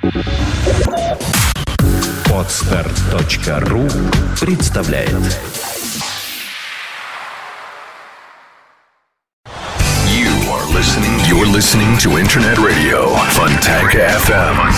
Podster.ru представляет. You're listening to Internet Radio Fontanka FM.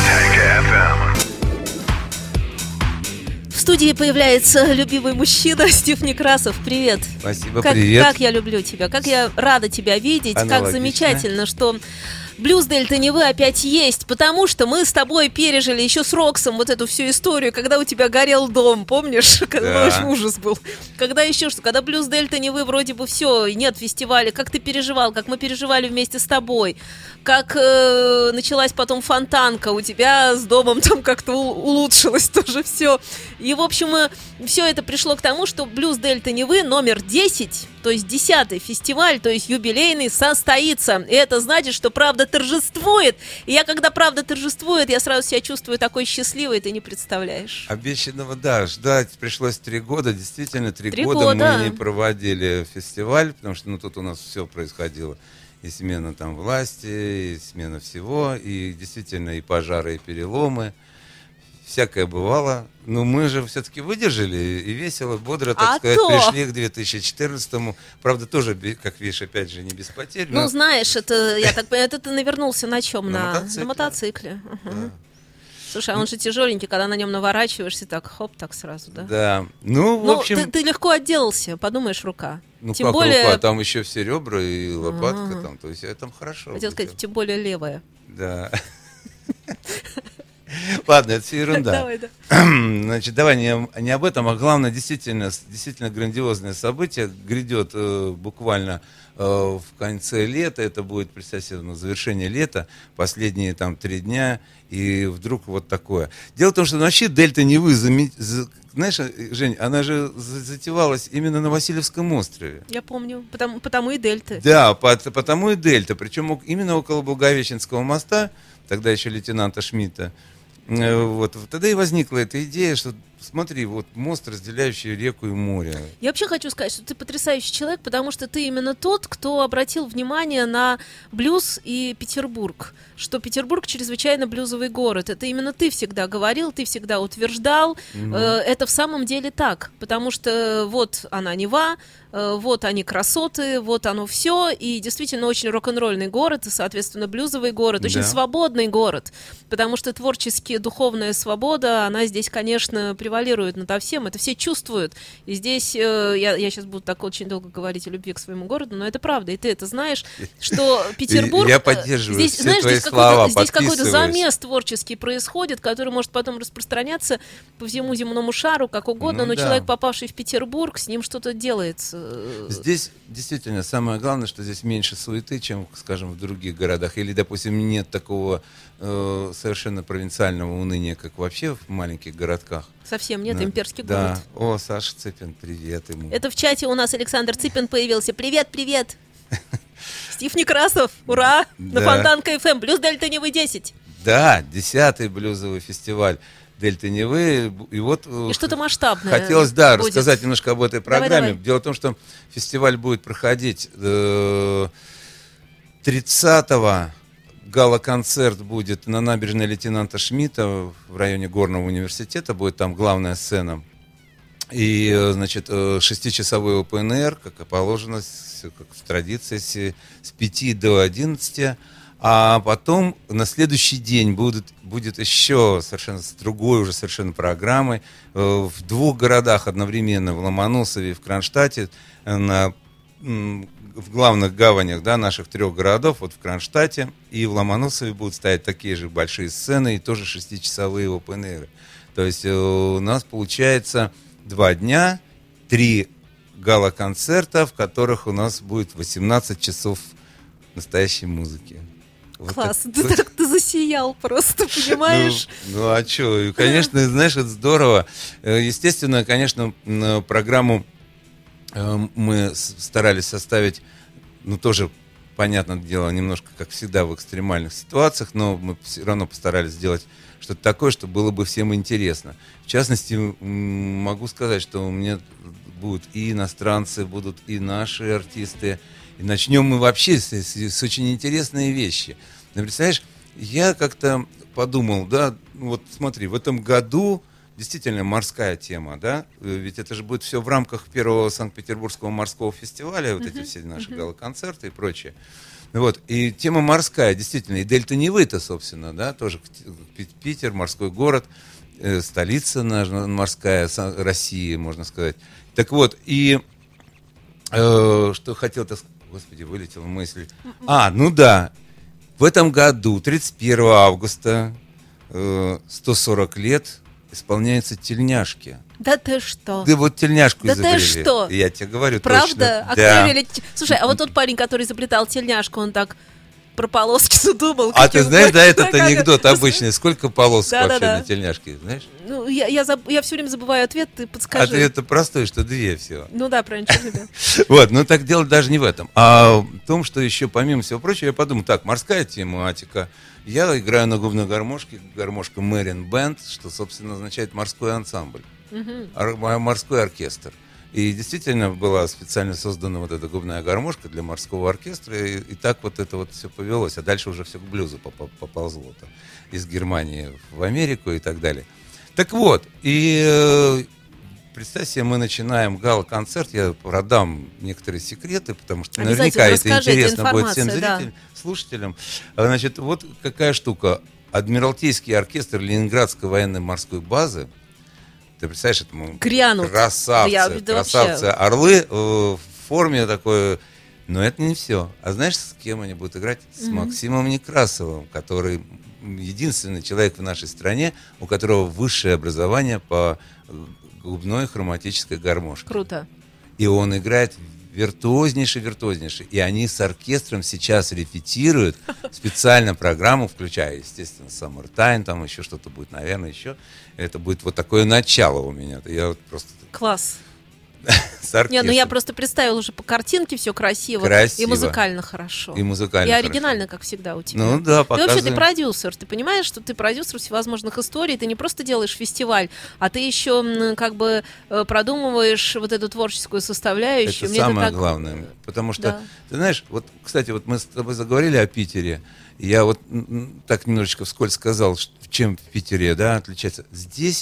В студии появляется любимый мужчина Стив Некрасов. Привет. Спасибо, привет. Как я люблю тебя, как я рада тебя видеть, как замечательно, что блюз Дельта Невы опять есть, потому что мы с тобой пережили еще с Роксом вот эту всю историю, когда у тебя горел дом, помнишь? Да. Ужас был. Когда еще что? Когда блюз Дельта Невы вроде бы все, нет фестиваля, как ты переживал, как мы переживали вместе с тобой, как началась потом Фонтанка, у тебя с домом там как-то улучшилось тоже все. И, в общем, все это пришло к тому, что блюз Дельта Невы номер 10, то есть 10-й фестиваль, то есть юбилейный, состоится. И это значит, что правда торжествует. И я, когда правда торжествует, я сразу себя чувствую такой счастливой, ты не представляешь. Обещанного, да, ждать пришлось 3 года. Действительно, 3 года мы не проводили фестиваль, потому что тут у нас все происходило. И смена там власти, и смена всего, и действительно и пожары, и переломы. Всякое бывало. Но мы же все-таки выдержали и весело, бодро, так сказать, пришли к 2014-му. Правда, тоже, как видишь, опять же, не без потерь. Ну, знаешь, это, я так понимаю, это ты навернулся на чем? На мотоцикле. Да. Слушай, а он же тяжеленький, когда на нем наворачиваешься, так, хоп, так сразу, да? Да. Ну, в общем... Ты легко отделался, подумаешь, рука. Ну, тем как более... рука? Там еще все ребра и лопатка, там, то есть я там хорошо. Хотел сказать, тем более левая. Да. Ладно, это все ерунда. Давай, да. Значит, давай не об этом, а главное, действительно грандиозное событие грядет буквально в конце лета. Это будет, представь себе, на завершение лета, последние там 3 дня, и вдруг вот такое. Дело в том, что вообще Дельта Невы, знаешь, Жень, она же затевалась именно на Васильевском острове. Я помню, потому и Дельта. Да, потому и Дельта, причем именно около Благовещенского моста, тогда еще лейтенанта Шмидта. Вот тогда и возникла эта идея, что смотри, вот мост, разделяющий реку и море. Я вообще хочу сказать, что ты потрясающий человек, потому что ты именно тот, кто обратил внимание на блюз и Петербург, что Петербург чрезвычайно блюзовый город. Это именно ты всегда говорил, ты всегда утверждал. Это в самом деле так, потому что вот она Нева, вот они красоты, вот оно все, и действительно очень рок-н-ролльный город, и, соответственно, блюзовый город, очень свободный город, потому что творчески духовная свобода, она здесь, конечно, превалирует над всем, это все чувствуют, и здесь, я сейчас буду так очень долго говорить о любви к своему городу, но это правда, и ты это знаешь, что Петербург... Я поддерживаю здесь, все знаешь, твои слова, здесь какой-то замес творческий происходит, который может потом распространяться по всему земному шару, как угодно, но человек, попавший в Петербург, с ним что-то делается. Здесь действительно самое главное, что здесь меньше суеты, чем, скажем, в других городах. Или, допустим, нет такого совершенно провинциального уныния, как вообще в маленьких городках. Совсем нет, имперский город. Да. О, Саша Цыпин, привет ему. Это в чате у нас Александр Цыпин появился. Привет, привет. Стив Некрасов, ура! На Фонтанка ФМ, блюз Дельта Невы 10. Да, 10-й блюзовый фестиваль Дельта Невы. И вот и что-то масштабное. Хотелось, рассказать немножко об этой программе. Давай. Дело в том, что фестиваль будет проходить 30-го. Гала-концерт будет на набережной лейтенанта Шмидта в районе Горного университета. Будет там главная сцена. И, значит, 6-часовой ОПНР, как и положено, как в традиции, с 5 до 11. А потом на следующий день будет еще совершенно с другой уже совершенно программой в 2 городах одновременно, в Ломоносове и в Кронштадте, в главных гаванях, наших 3 городов, вот в Кронштадте и в Ломоносове будут стоять такие же большие сцены и тоже 6-часовые ОПНРы. То есть у нас получается 2 дня, 3 гала-концерта, в которых у нас будет 18 часов настоящей музыки. Вот класс, ты засиял просто, понимаешь? Ну а что, конечно, знаешь, это здорово. Естественно, конечно, программу мы старались составить, тоже, понятное дело, немножко, как всегда, в экстремальных ситуациях, но мы все равно постарались сделать что-то такое, что было бы всем интересно. В частности, могу сказать, что у меня будут и иностранцы, будут и наши артисты. И начнем мы вообще с очень интересной вещи. Представляешь, я как-то подумал, да, вот смотри, в этом году действительно морская тема, да, ведь это же будет все в рамках первого Санкт-Петербургского морского фестиваля, вот эти все наши гала-концерты и прочее. Вот, и тема морская, действительно, и Дельта Невы-то, собственно, да, тоже Питер, морской город, столица наша морская России, можно сказать. Так вот, и что хотел-то сказать, господи, вылетела мысль. Ну да, в этом году, 31 августа, 140 лет исполняется тельняшке. Да ты что? Да вот тельняшку изобрели. Да ты что? Я тебе говорю, правда? точно. А да. кто велит... Слушай, а вот тот парень, который изобретал тельняшку, он так про полоски думал. А ты знаешь, да, этот анекдот обычный. Сколько полосок вообще на тельняшке, знаешь? Ну, я все время забываю ответ, ты подскажи. Ответ простой, что 2 всего. Ну да, правильно, что Вот, но так дело даже не в этом. А в том, что еще, помимо всего прочего, я подумал, так, морская тематика. Я играю на губной гармошке, гармошка Marine Band, что, собственно, означает морской ансамбль, морской оркестр. И действительно была специально создана вот эта губная гармошка для морского оркестра, и так вот это вот все повелось, а дальше уже все к блюзу поползло-то из Германии в Америку и так далее. Так вот, и представь себе, мы начинаем гала-концерт, я продам некоторые секреты, потому что наверняка это интересно будет всем зрителям, слушателям. Значит, вот какая штука. Адмиралтейский оркестр Ленинградской военно-морской базы, ты представляешь, это красавцы, орлы в форме такой. Но это не все. А знаешь, с кем они будут играть? С Максимом Некрасовым, который единственный человек в нашей стране, у которого высшее образование по губной хроматической гармошке. Круто. И он играет виртуознейший. И они с оркестром сейчас репетируют специально программу, включая, естественно, Summertime, там еще что-то будет, наверное, еще. Это будет вот такое начало у меня. Я вот просто... Класс. С оркестром. Я просто представила уже по картинке, все красиво. И музыкально хорошо. И оригинально, как всегда у тебя. Ну да, показываем. Ты вообще, ты продюсер. Ты понимаешь, что ты продюсер всевозможных историй. Ты не просто делаешь фестиваль, а ты еще как бы продумываешь вот эту творческую составляющую. Это самое главное. Потому что, ты знаешь, вот, кстати, вот мы с тобой заговорили о Питере. Я вот так немножечко вскользь сказал, чем в Питере, да, отличается. Здесь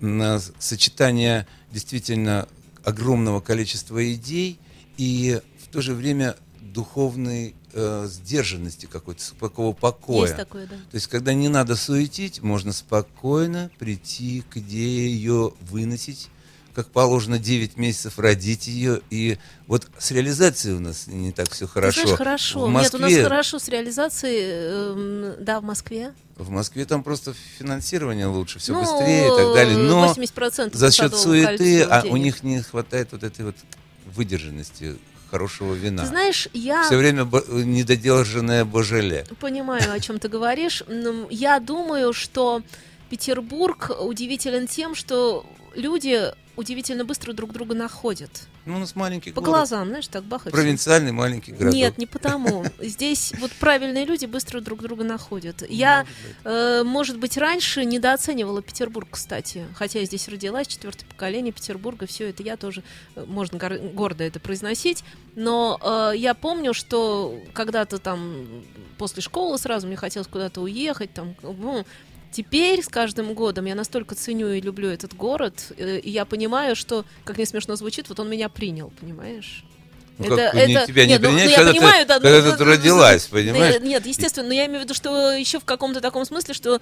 сочетание действительно огромного количества идей и в то же время духовной сдержанности какой-то, такого покоя. Есть такое, да. То есть, когда не надо суетить, можно спокойно прийти к идее, ее выносить, как положено, 9 месяцев родить ее. И вот с реализацией у нас не так все хорошо. Ты знаешь, хорошо. В Москве... Нет, у нас хорошо с реализацией, да, в Москве. В Москве там просто финансирование лучше, все быстрее и так далее. Но 80% за счет суеты у них не хватает вот этой вот выдержанности хорошего вина. Ты знаешь, все время недодержанное божеле. Понимаю, о чем ты говоришь. Я думаю, что Петербург удивителен тем, что люди удивительно быстро друг друга находят. Ну, у нас маленький город. По глазам, знаешь, так бахать. Провинциальный маленький город. Нет, не потому. Здесь вот правильные люди быстро друг друга находят. Я, может быть, раньше недооценивала Петербург, кстати. Хотя я здесь родилась, 4-е поколение Петербурга, все это я тоже, можно гордо это произносить. Но я помню, что когда-то там после школы сразу мне хотелось куда-то уехать, там, теперь, с каждым годом, я настолько ценю и люблю этот город, и я понимаю, что, как не смешно звучит, вот он меня принял, понимаешь? Ну, тебя не принять, когда ты родилась, понимаешь? Нет, естественно, но я имею в виду, что еще в каком-то таком смысле, что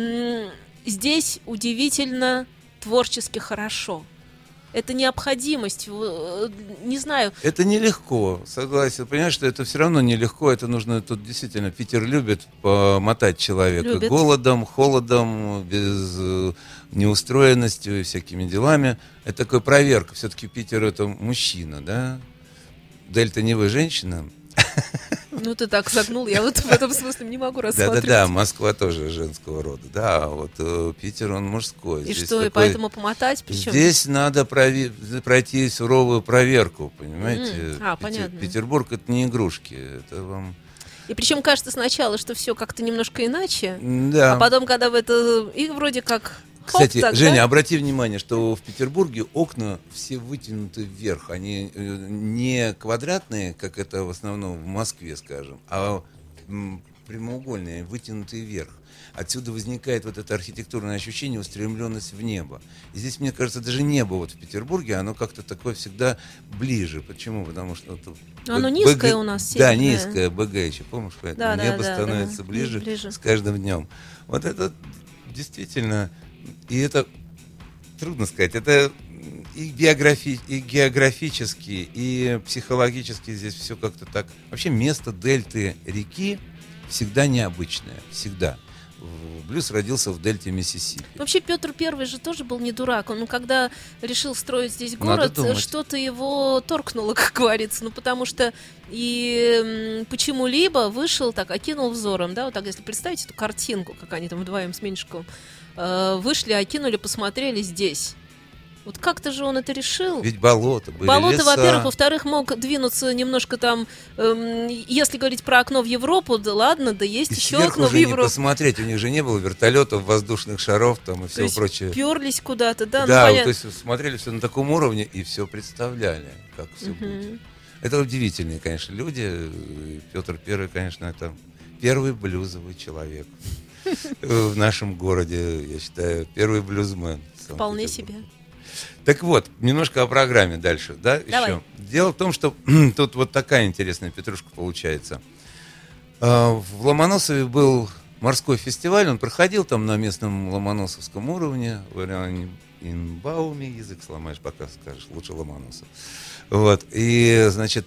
здесь удивительно творчески хорошо. Это необходимость, не знаю. Это нелегко, согласен. Понимаешь, что это все равно нелегко. Это нужно, тут действительно, Питер любит помотать человека. Любит. Голодом, холодом, без неустроенностью и всякими делами. Это такая проверка. Все-таки Питер — это мужчина, да? Дельта Невы — женщина. Ну, ты так загнул, я вот в этом смысле не могу рассматривать. Да, Москва тоже женского рода, да, а вот Питер, он мужской. И здесь что, и поэтому помотать? Причем? Здесь надо пройти суровую проверку, понимаете? Понятно. Петербург — это не игрушки, это вам... И причем кажется сначала, что все как-то немножко иначе, да. А потом, когда в это... И вроде как... Кстати, так, Женя, да? обрати внимание, что в Петербурге окна все вытянуты вверх. Они не квадратные, как это в основном в Москве, скажем, а прямоугольные, вытянутые вверх. Отсюда возникает вот это архитектурное ощущение, устремленность в небо. И здесь, мне кажется, даже небо вот в Петербурге, оно как-то такое всегда ближе. Почему? Потому что... Оно низкое у нас. Северное. Да, низкое, БГ еще, помнишь? Поэтому небо становится ближе с каждым днем. Вот это действительно... И это, трудно сказать, это и географически, и психологически здесь все как-то так... Вообще место дельты реки всегда необычное, всегда. Блюз родился в дельте Миссисипи. Вообще Петр I же тоже был не дурак. Он, когда решил строить здесь город, что-то его торкнуло, как говорится. Ну, потому что и почему-либо вышел так, окинул взором, да, вот так, если представить эту картинку, как они там вдвоем с Меньшиковым вышли, окинули, посмотрели здесь. Вот как-то же он это решил. Ведь болото были, болото, леса. Во-первых. Во-вторых, мог двинуться немножко там, если говорить про окно в Европу, да ладно, да есть и еще окно в Европу. Не посмотреть, у них же не было вертолетов, воздушных шаров там и все прочее. Перлись куда-то, да? Да, ну, то есть смотрели все на таком уровне и все представляли, как все будет. Это удивительные, конечно, люди. Петр I, конечно, это первый блюзовый человек в нашем городе, я считаю, первый блюзмен. Вполне себе. Так вот, немножко о программе дальше, да, Давай. еще. Дело в том, что тут вот такая интересная петрушка получается. В Ломоносове был морской фестиваль, он проходил там на местном ломоносовском уровне, в Инбауме, язык сломаешь, пока скажешь, лучше Ломоносов. Вот, и, значит,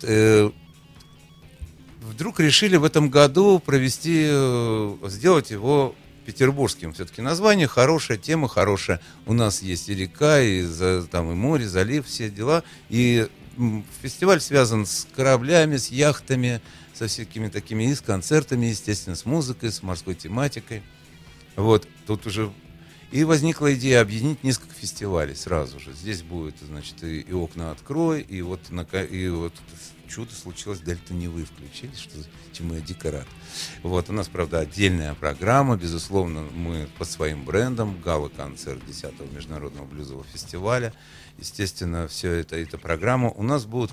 вдруг решили в этом году сделать его петербургским. Все-таки название хорошее, тема хорошая. У нас есть и река, и море, залив, все дела. И фестиваль связан с кораблями, с яхтами, со всякими такими, и с концертами, естественно, с музыкой, с морской тематикой. Вот, тут уже... И возникла идея объединить несколько фестивалей сразу же. Здесь будет, значит, и «Окна открой», и вот чудо случилось, Дельта Невы включили, чему я дико рад. Вот, у нас, правда, отдельная программа, безусловно, мы под своим брендом, гала-концерт 10-го Международного блюзового фестиваля. Естественно, все эта программа. У нас будет...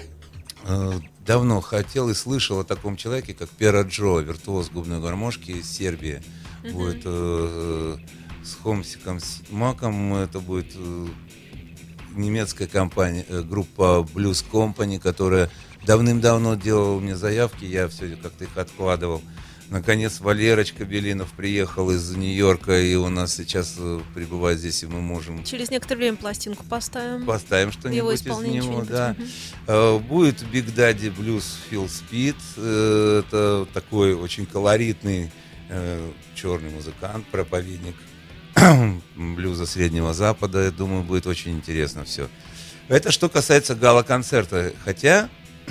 давно хотел и слышал о таком человеке, как Пера Джо, виртуоз губной гармошки из Сербии. Будет с Хомсиком Маком, это будет немецкая компания, группа Blues Company, которая давным-давно делала мне заявки, я все как-то их откладывал. Наконец Валерочка Белинов приехал из Нью-Йорка, и у нас сейчас пребывает здесь, и мы можем... Через некоторое время пластинку поставим. Поставим что-нибудь из него, да. Будет Big Daddy Blues Phil Speed, это такой очень колоритный черный музыкант, проповедник блюза Среднего Запада. Я думаю, будет очень интересно все. Это что касается гала-концерта. Хотя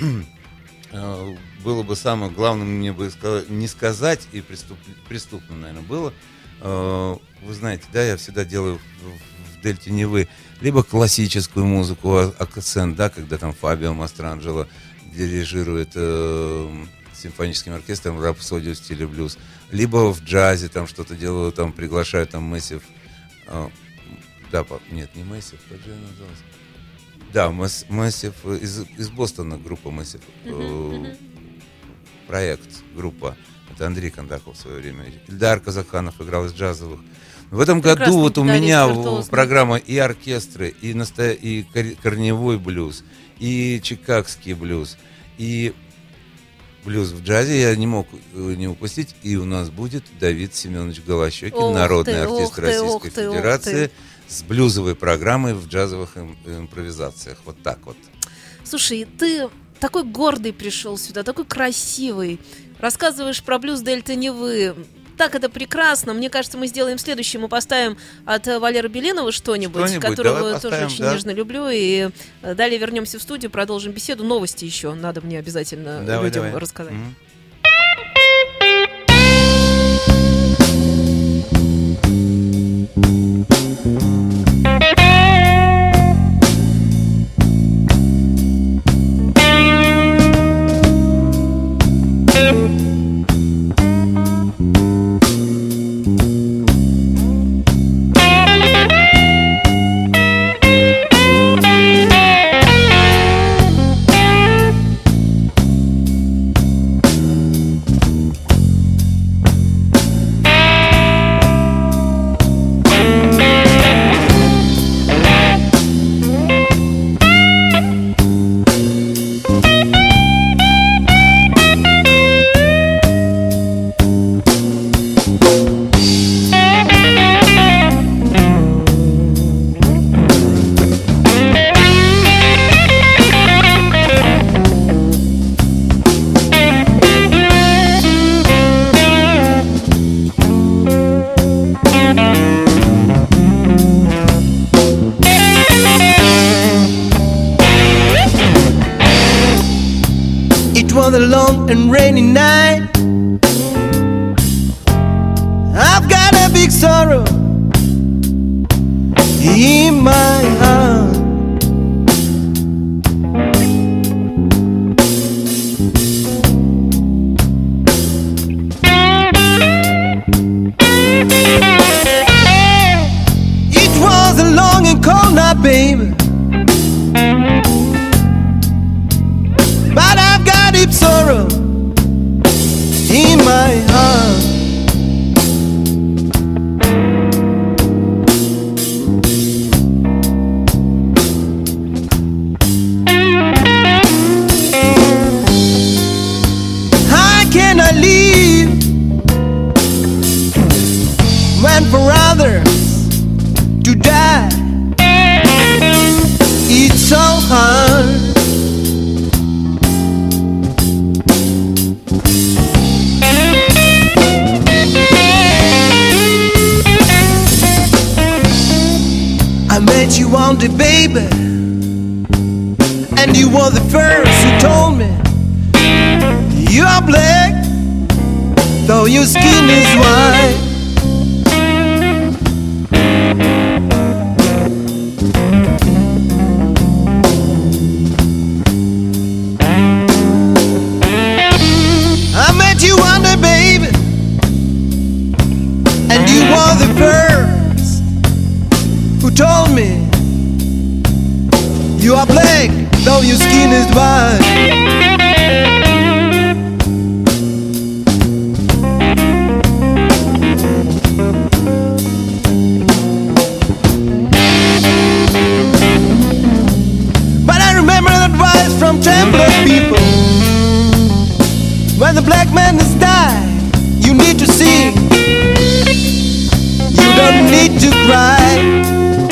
было бы самое главное мне бы не сказать, и преступно, наверное, было. Вы знаете, да, я всегда делаю в Дельте Невы либо классическую музыку, акцент, да, когда там Фабио Мастранджело дирижирует симфоническим оркестром рапсодию в стиле блюз, либо в джазе там что-то делаю, там приглашают там Massive, нет, не Massive, как же она называлась? Да, Massive, из Бостона группа Massive, проект, группа, это Андрей Кондаков в свое время, Ильдар Казаханов играл из джазовых. В этом году вот у меня программа и оркестры, и корневой блюз, и чикагский блюз, и блюз в джазе я не мог не упустить. И у нас будет Давид Семенович Голощекин, народный артист Российской Федерации, с блюзовой программой в джазовых импровизациях. Вот так вот. Слушай, ты такой гордый пришел сюда, такой красивый. Рассказываешь про блюз Дельта Невы. Так это прекрасно. Мне кажется, мы сделаем следующее. Мы поставим от Валеры Белинова что-нибудь которого тоже очень нежно люблю. И далее вернемся в студию, продолжим беседу. Новости еще надо мне обязательно людям рассказать. rainy night. I've got a big sorrow in my heart. It was a long and cold night, baby, but I've got deep sorrow in my heart. How can I live when for others to die? It's so hard. I met you one day, baby, and you were the first who told me you are black, though your skin is white. I met you one day, baby, and you were the first who told me you are black, though your skin is white. But I remember that advice from Templar people: when the black man has died, you need to sing, you don't need to cry.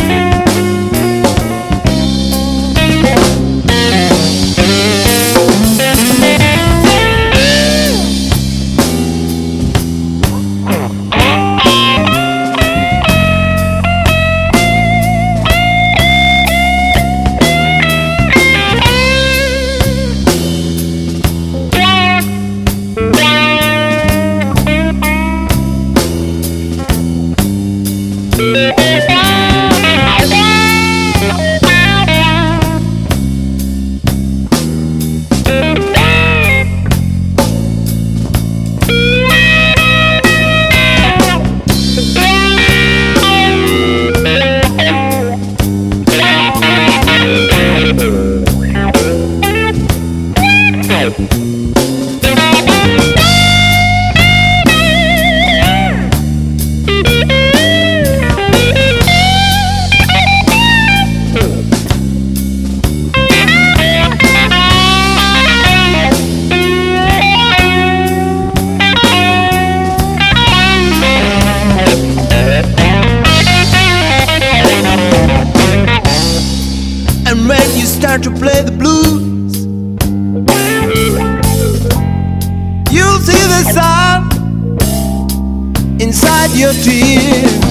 And when you start to play the blues, you'll see the sun inside your tears.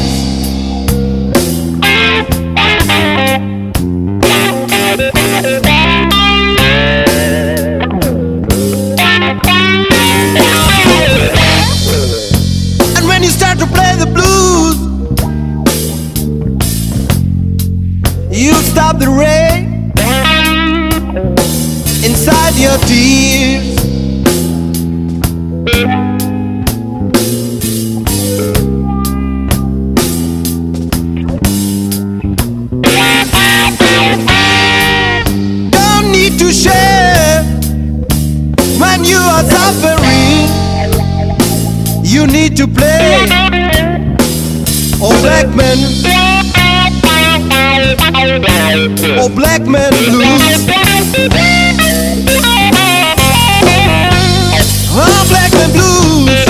And when you start to play the blues, you stop the rain inside your tears. Don't need to share when you are suffering. You need to play. Oh, black man. Oh, black man blues. Oh, black man blues.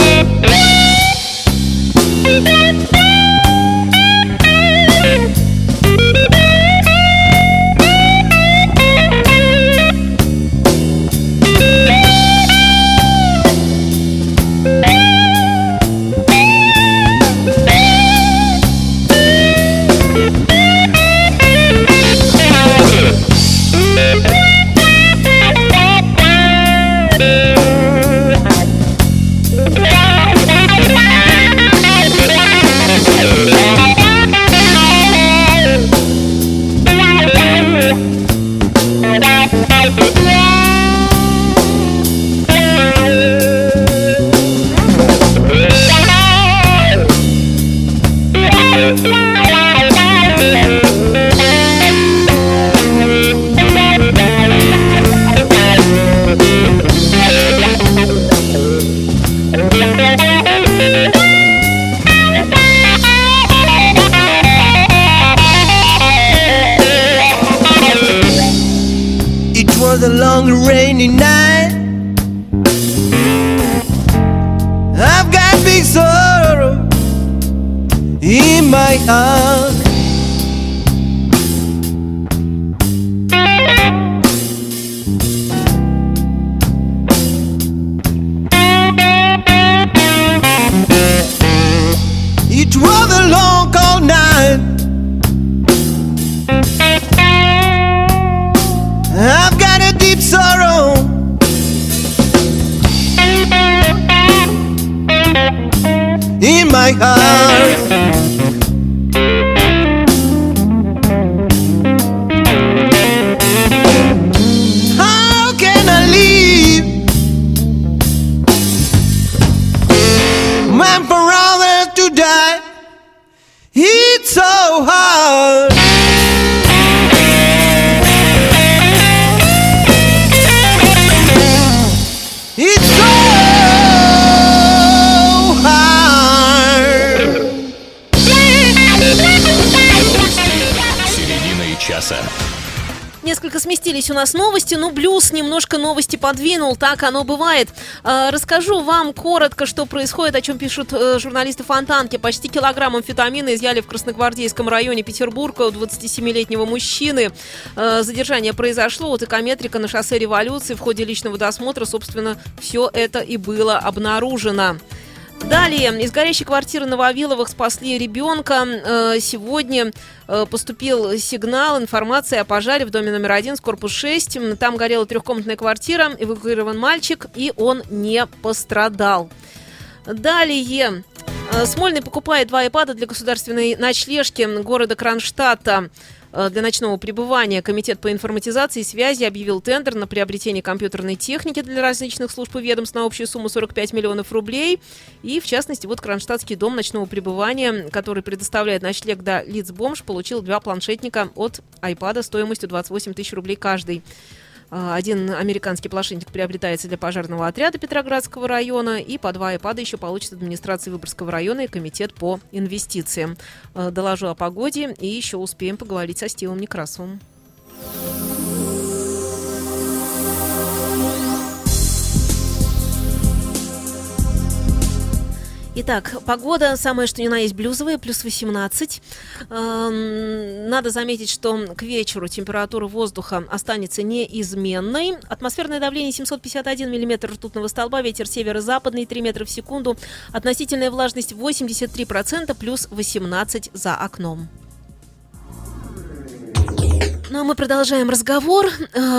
was a long rainy night. I've got big sorrow in my heart. It was a long cold night. I've got a deep sorrow in my heart. How can I live when for others to die? It's so hard. It's so hard. Середина часа. Несколько сместились у нас новости, но блюз немножко новости подвинул, так оно бывает. Расскажу вам коротко, что происходит, о чем пишут журналисты Фонтанки. Почти килограмм амфетамина изъяли в Красногвардейском районе Петербурга у 27-летнего мужчины. Задержание произошло у тахометрика на шоссе Революции. В ходе личного досмотра, собственно, все это и было обнаружено. Далее, из горящей квартиры на Вавиловых спасли ребенка. Сегодня поступил сигнал, информация о пожаре в доме номер 1 с корпус 6. Там горела трехкомнатная квартира, эвакуирован мальчик, и он не пострадал. Далее, Смольный покупает 2 iPad для государственной ночлежки города Кронштадта. Для ночного пребывания Комитет по информатизации и связи объявил тендер на приобретение компьютерной техники для различных служб и ведомств на общую сумму 45 миллионов рублей. И, в частности, вот Кронштадтский дом ночного пребывания, который предоставляет ночлег для лиц-бомж, получил 2 планшетника от iPad стоимостью 28 тысяч рублей каждый. Один американский планшетник приобретается для пожарного отряда Петроградского района, и по 2 iPad еще получит администрация Выборгского района и Комитет по инвестициям. Доложу о погоде, и еще успеем поговорить со Стивом Некрасовым. Итак, погода самая что ни на есть блюзовая, плюс 18. Надо заметить, что к вечеру температура воздуха останется неизменной. Атмосферное давление 751 миллиметр ртутного столба, ветер северо-западный 3 метра в секунду. Относительная влажность 83%, плюс 18 за окном. Ну, а мы продолжаем разговор,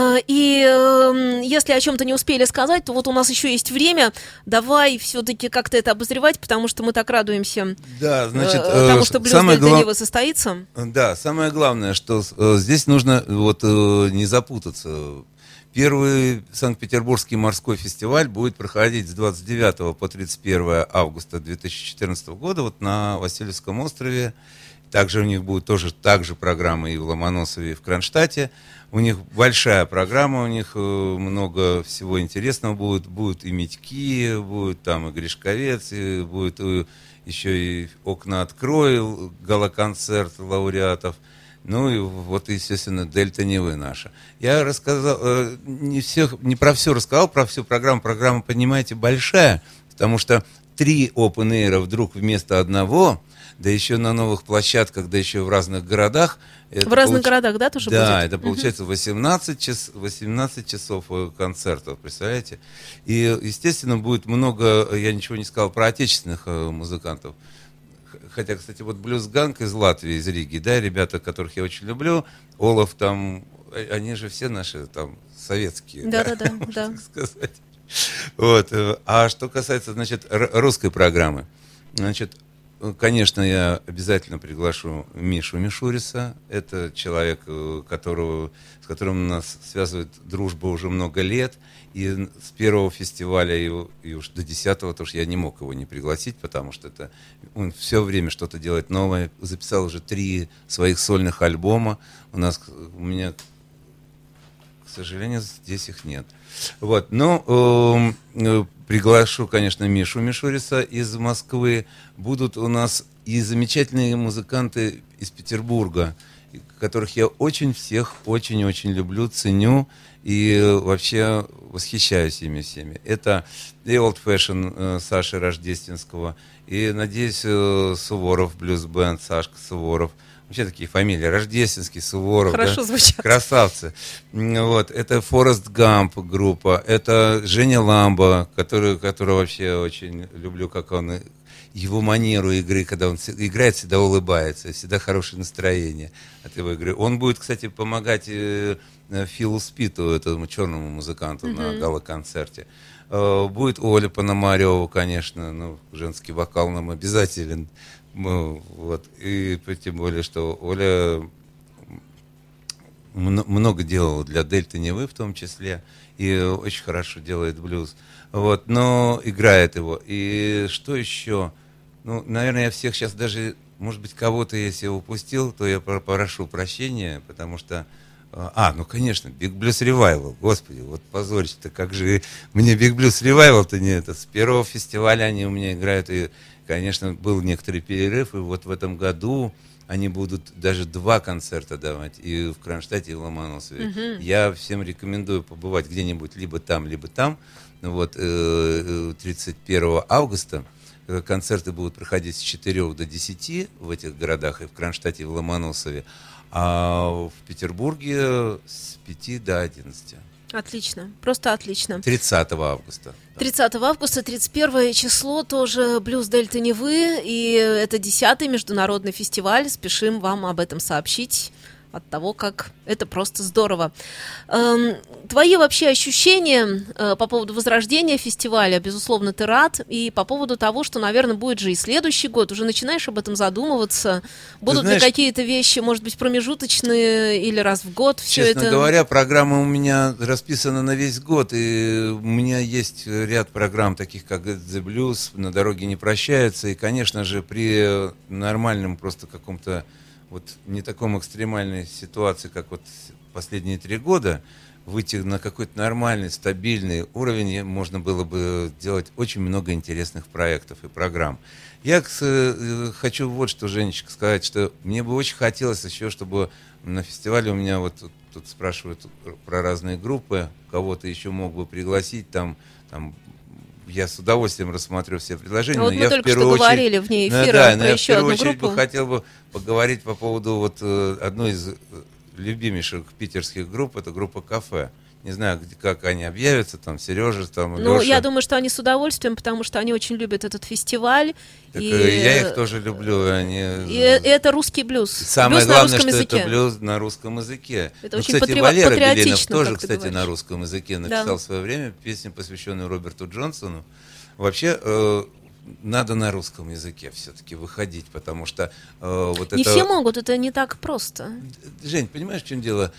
и если о чем-то не успели сказать, то вот у нас еще есть время, давай все-таки как-то это обозревать, потому что мы так радуемся, да, значит, тому, что блюз Дель Нивы состоится. Да, самое главное, что здесь нужно вот не запутаться. Первый Санкт-Петербургский морской фестиваль будет проходить с 29 по 31 августа 2014 года вот на Васильевском острове. Также у них будет тоже программа и в Ломоносове, и в Кронштадте. У них большая программа, у них много всего интересного будет. Будут и Митьки, будет там и Гришковец, и будет еще и «Окна открой», гала-концерт лауреатов. Ну и вот, естественно, «Дельта Нивы» наша. Я рассказал, не про все рассказал, про всю программу. Программа, понимаете, большая, потому что 3 open-air вдруг вместо одного, да еще на новых площадках, да еще в разных городах. В разных городах, да, тоже будет? Да, это получается 18 часов концертов, представляете? И, естественно, будет много, я ничего не сказал про отечественных музыкантов. Хотя, кстати, вот блюз-ганг из Латвии, из Риги, да, ребята, которых я очень люблю, Олаф там, они же все наши там советские, да, так сказать. Вот. А что касается, значит, русской программы, значит, конечно, я обязательно приглашу Мишу Мишуриса. Это человек, с которым нас связывает дружба уже много лет. И с первого фестиваля и уж до 10-го, потому что я не мог его не пригласить, потому что он все время что-то делает новое. Записал уже 3 своих сольных альбома. У меня, к сожалению, здесь их нет. Вот, но приглашу, конечно, Мишу Мишуриса из Москвы. Будут у нас и замечательные музыканты из Петербурга, которых я всех очень-очень люблю, ценю и вообще восхищаюсь ими всеми. Это и Old Fashion Саши Рождественского, и, надеюсь, Суворов Блюз Бенд, Сашка Суворов. Вообще такие фамилии. Рождественский, Суворов. Хорошо, да? Звучат. Красавцы. Вот. Это Форест Гамп группа. Это Женя Ламбо, которую вообще очень люблю, как он... Его манеру игры, когда он играет, всегда улыбается, всегда хорошее настроение от его игры. Он будет, кстати, помогать Филу Спиту, этому черному музыканту, на гала-концерте. Будет Оля Пономарева, конечно, женский вокал нам обязателен. Вот. И тем более, что Оля много делала для Дельты Невы в том числе, и очень хорошо делает блюз. Вот, но играет его. И что еще? Наверное, я всех сейчас даже, может быть, кого-то, если я упустил, то я прошу прощения, потому что... конечно, Big Blues Revival. Господи, вот позорище-то, как же мне Big Blues Revival-то не это. С первого фестиваля они у меня играют, и, конечно, был некоторый перерыв, и вот в этом году они будут даже 2 концерта давать, и в Кронштадте, и в Ломоносове. Я всем рекомендую побывать где-нибудь либо там, либо там. Вот 31 августа концерты будут проходить с 4 до 10 в этих городах, и в Кронштадте, и в Ломоносове, а в Петербурге с 5 до 11. Отлично, просто отлично. 30 августа. 30 августа, 31 число, тоже блюз Дельты Невы, и это 10-й международный фестиваль. Спешим вам об этом сообщить, от того, как это просто здорово. Твои вообще ощущения по поводу возрождения фестиваля, безусловно, ты рад, и по поводу того, что, наверное, будет же и следующий год, уже начинаешь об этом задумываться? Будут ли какие-то вещи, может быть, промежуточные или раз в год все это? Честно говоря, программа у меня расписана на весь год, и у меня есть ряд программ, таких как The Blues, «На дороге не прощаются», и, конечно же, при нормальном просто каком-то вот не таком экстремальной ситуации, как вот последние 3 года, выйти на какой-то нормальный, стабильный уровень, можно было бы делать очень много интересных проектов и программ. Я хочу вот что, Женечка, сказать, что мне бы очень хотелось еще, чтобы на фестивале у меня вот тут спрашивают про разные группы, кого-то еще мог бы пригласить, там я с удовольствием рассмотрю все предложения. Вот мы только что говорили вне эфира про еще одну группу. Я в первую очередь хотел бы поговорить по поводу вот одной из любимейших питерских групп, это группа «Кафе». Не знаю, как они объявятся, там, Сережа, там, Леша. Я думаю, что они с удовольствием, потому что они очень любят этот фестиваль. Так я их тоже люблю. И это русский блюз. Самое блюз главное, на русском что языке. Это блюз на русском языке. Это очень кстати, Валера Беленов тоже, кстати, говоришь. На русском языке написал в свое время песню, посвященную Роберту Джонсону. Вообще, надо на русском языке все-таки выходить, потому что не все могут, это не так просто. Жень, понимаешь, в чем дело?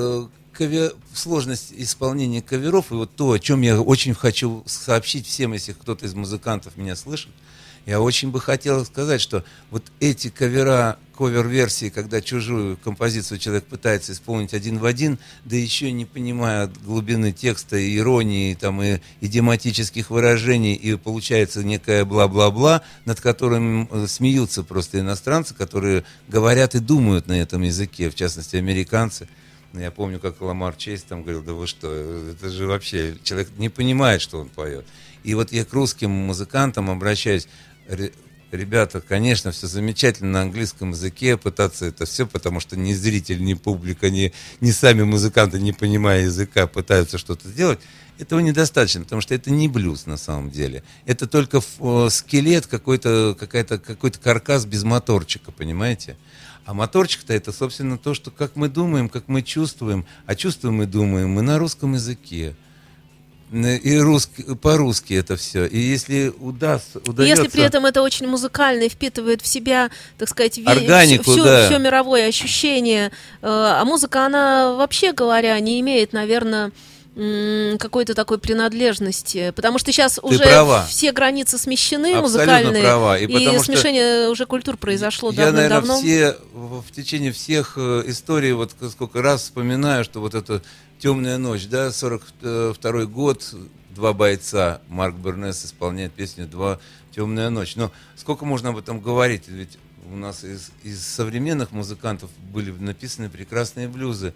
Сложность исполнения каверов, и вот то, о чем я очень хочу сообщить всем, если кто-то из музыкантов меня слышит, я очень бы хотел сказать, что вот эти кавер-версии, когда чужую композицию человек пытается исполнить один в один, да еще не понимая глубины текста, иронии там, и идиоматических выражений, и получается некое бла-бла-бла, над которым смеются просто иностранцы, которые говорят и думают на этом языке, в частности, американцы. Я помню, как Ламар Чейз там говорил, да вы что, это же вообще, человек не понимает, что он поет. И вот я к русским музыкантам обращаюсь, ребята, конечно, все замечательно на английском языке, пытаться это все, потому что ни зритель, ни публика, ни сами музыканты, не понимая языка, пытаются что-то сделать. Этого недостаточно, потому что это не блюз на самом деле. Это только скелет, какой-то каркас без моторчика, понимаете? А моторчик-то это, собственно, то, что как мы думаем, как мы чувствуем, а чувствуем и думаем мы на русском языке. И по-русски это все. И если удается... Если при этом это очень музыкально и впитывает в себя, так сказать, органику, все мировое ощущение. А музыка, она, вообще говоря, не имеет, наверное, какой-то такой принадлежности. Потому что сейчас уже все границы смещены. Абсолютно музыкальные. Права. И смешение уже культур произошло давно-давно. Я, наверное, в течение всех историй, вот сколько раз вспоминаю, что вот это «Темная ночь», да, 42-й год, «Два бойца», Марк Бернес исполняет песню «Темная ночь». Но сколько можно об этом говорить? Ведь у нас из современных музыкантов были написаны прекрасные блюзы.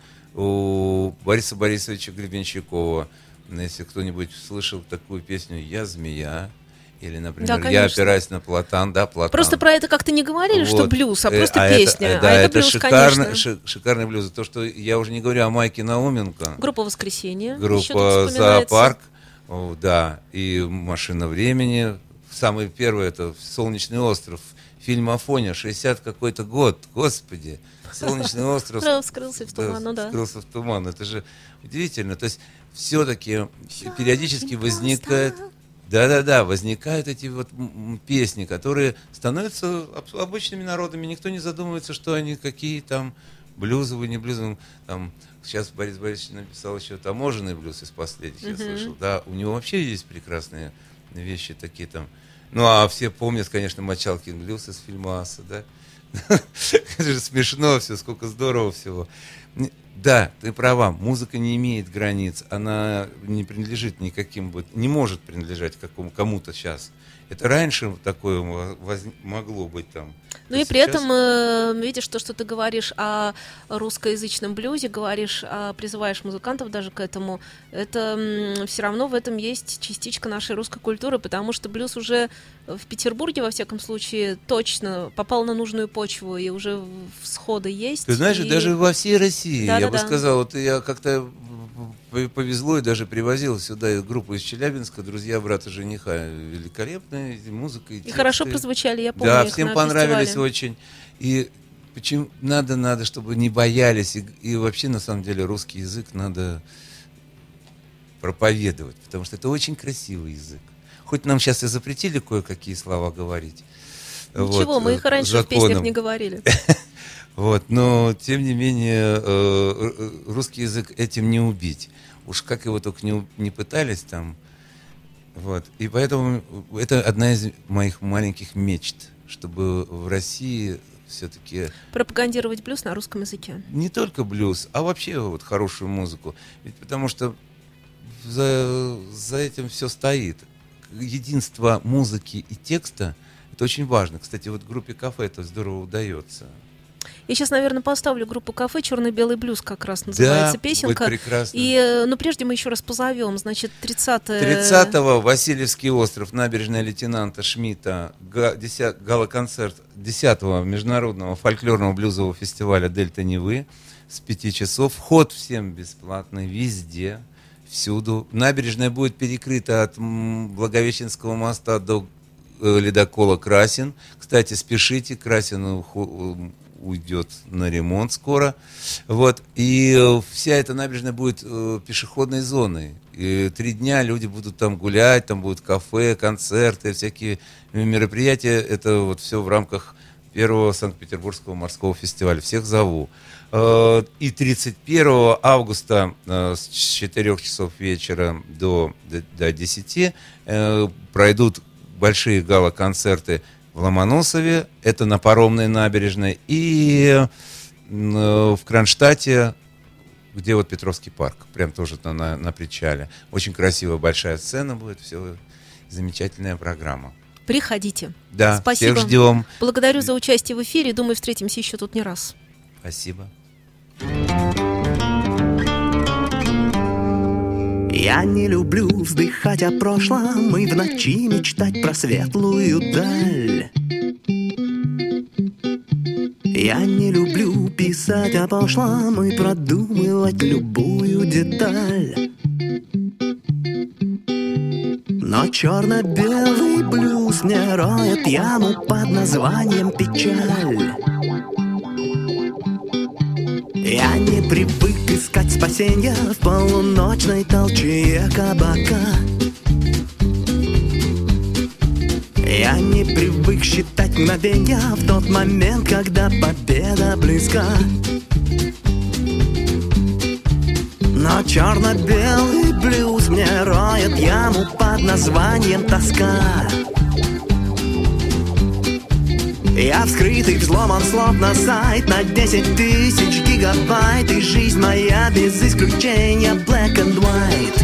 У Бориса Борисовича Гребенщикова, если кто-нибудь слышал такую песню «Я змея», или, например, да, «Я опираюсь на Платан», да, Платан. Просто про это как-то не говорили, вот. Что блюз, а просто песня. Это блюз, шикарный блюз. То, что я уже не говорю о Майке Науменко. Группа «Воскресенье». Группа «Зоопарк», да, и «Машина времени». Самый первый — это «Солнечный остров». Фильм Афоня, 60 какой-то год, господи. «Солнечный остров». Скрылся в туман, да. Скрылся в туман. Это же удивительно. То есть все-таки периодически возникает... Да, возникают эти вот песни, которые становятся обычными народами. Никто не задумывается, что они какие там блюзовые, не блюзовые. Там, сейчас Борис Борисович написал еще «Таможенный блюз» из последних, я слышал. Да, у него вообще есть прекрасные вещи такие там. Ну, а все помнят, конечно, «Мочалкин блюз» из фильма «Аса», да? Это же смешно все, сколько здорово всего. Да, ты права, музыка не имеет границ, она не принадлежит никаким, не может принадлежать кому-то сейчас. Это раньше такое могло быть там. Ну и при этом, видишь, то, что ты говоришь о русскоязычном блюзе, призываешь музыкантов даже к этому, это все равно в этом есть частичка нашей русской культуры, потому что блюз уже в Петербурге, во всяком случае, точно попал на нужную почву, и уже всходы есть. Ты знаешь, даже во всей России, я бы сказал, вот я как-то повезло и даже привозил сюда группу из Челябинска, друзья брата жениха, великолепная музыка. И хорошо прозвучали, я помню. Да, всем понравились очень. И почему надо, чтобы не боялись, и вообще, на самом деле, русский язык надо проповедовать, потому что это очень красивый язык. Хоть нам сейчас и запретили кое-какие слова говорить. Ничего, мы их раньше законом. В песнях не говорили. Вот, но, тем не менее, русский язык этим не убить. Уж как его только не пытались там. Вот. И поэтому это одна из моих маленьких мечт, чтобы в России все-таки... пропагандировать блюз на русском языке. Не только блюз, а вообще вот хорошую музыку. Ведь потому что за этим все стоит. Единство музыки и текста — это очень важно. Кстати, вот в группе «Кафе» это здорово удается. Я сейчас, наверное, поставлю группу «Кафе», «Черно-белый блюз» как раз называется песенка. Будет прекрасно. Но прежде мы еще раз позовем. Значит, 30-го Васильевский остров, набережная лейтенанта Шмидта, гала-концерт 10-го международного фольклорного блюзового фестиваля «Дельта Невы» с 5 часов. Вход всем бесплатный, везде, всюду. Набережная будет перекрыта от Благовещенского моста до ледокола «Красин». Кстати, спешите, Красин уйдет на ремонт скоро. Вот. И вся эта набережная будет пешеходной зоной. И 3 дня люди будут там гулять, там будут кафе, концерты, всякие мероприятия. Это вот все в рамках 1-го Санкт-Петербургского морского фестиваля. Всех зову. И 31 августа с 4 часов вечера до 10 пройдут большие гала-концерты в Ломоносове, это на Паромной набережной, и в Кронштадте, где вот Петровский парк, прям тоже на причале. Очень красивая большая сцена будет, все, замечательная программа. Приходите. Да, спасибо. Всех ждем. Благодарю за участие в эфире, думаю, встретимся еще тут не раз. Спасибо. Я не люблю вздыхать о прошлом и в ночи мечтать про светлую даль. Я не люблю писать о прошлом и продумывать любую деталь. Но черно-белый блюз мне роет яму под названием печаль. Я не привык искать искать спасенья в полуночной толчее кабака. Я не привык считать мгновенья в тот момент, когда победа близка. Но черно-белый блюз мне роет яму под названием тоска. Я вскрытый, взломан словно сайт на 10 тысяч гигабайт, и жизнь моя без исключения black and white.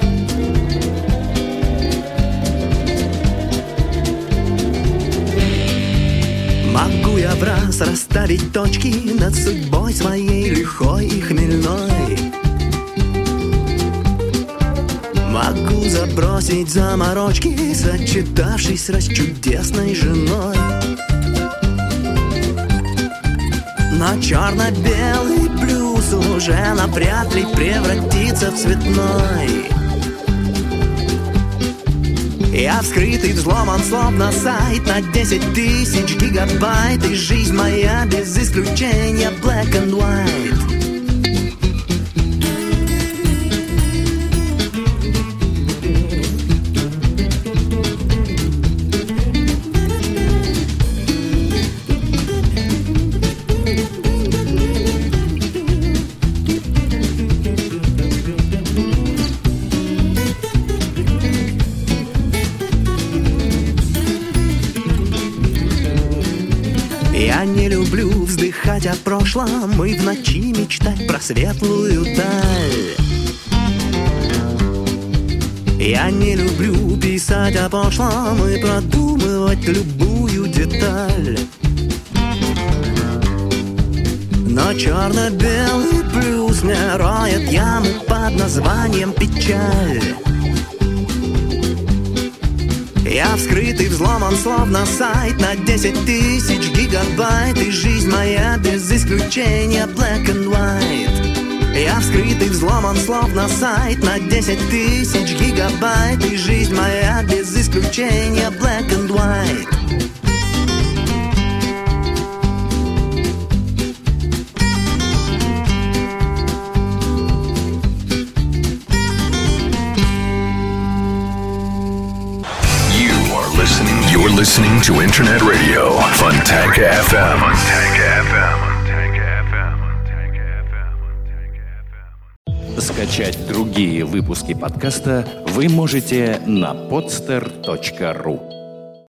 Могу я в раз расставить точки над судьбой своей лихой и хмельной. Могу забросить заморочки, сочетавшись с чудесной женой. Но черно-белый блюз уже навряд ли превратится в цветной. Я вскрытый, взломан, словно сайт на 10 тысяч гигабайт, и жизнь моя без исключения black and white. Я не люблю вздыхать о прошлом и в ночи мечтать про светлую даль. Я не люблю писать о прошлом и продумывать любую деталь. Но черно-белый блюз мне роет яму под названием печаль. Я вскрытый, взломан, словно сайт на 10 тысяч гигабайт, и жизнь моя без исключения black and white. Я вскрытый, взломан, словно сайт на 10 тысяч гигабайт, и жизнь моя без исключения black and white. You're listening to Internet Radio, Funtank FM. Скачать другие выпуски подкаста вы можете на podster.ru.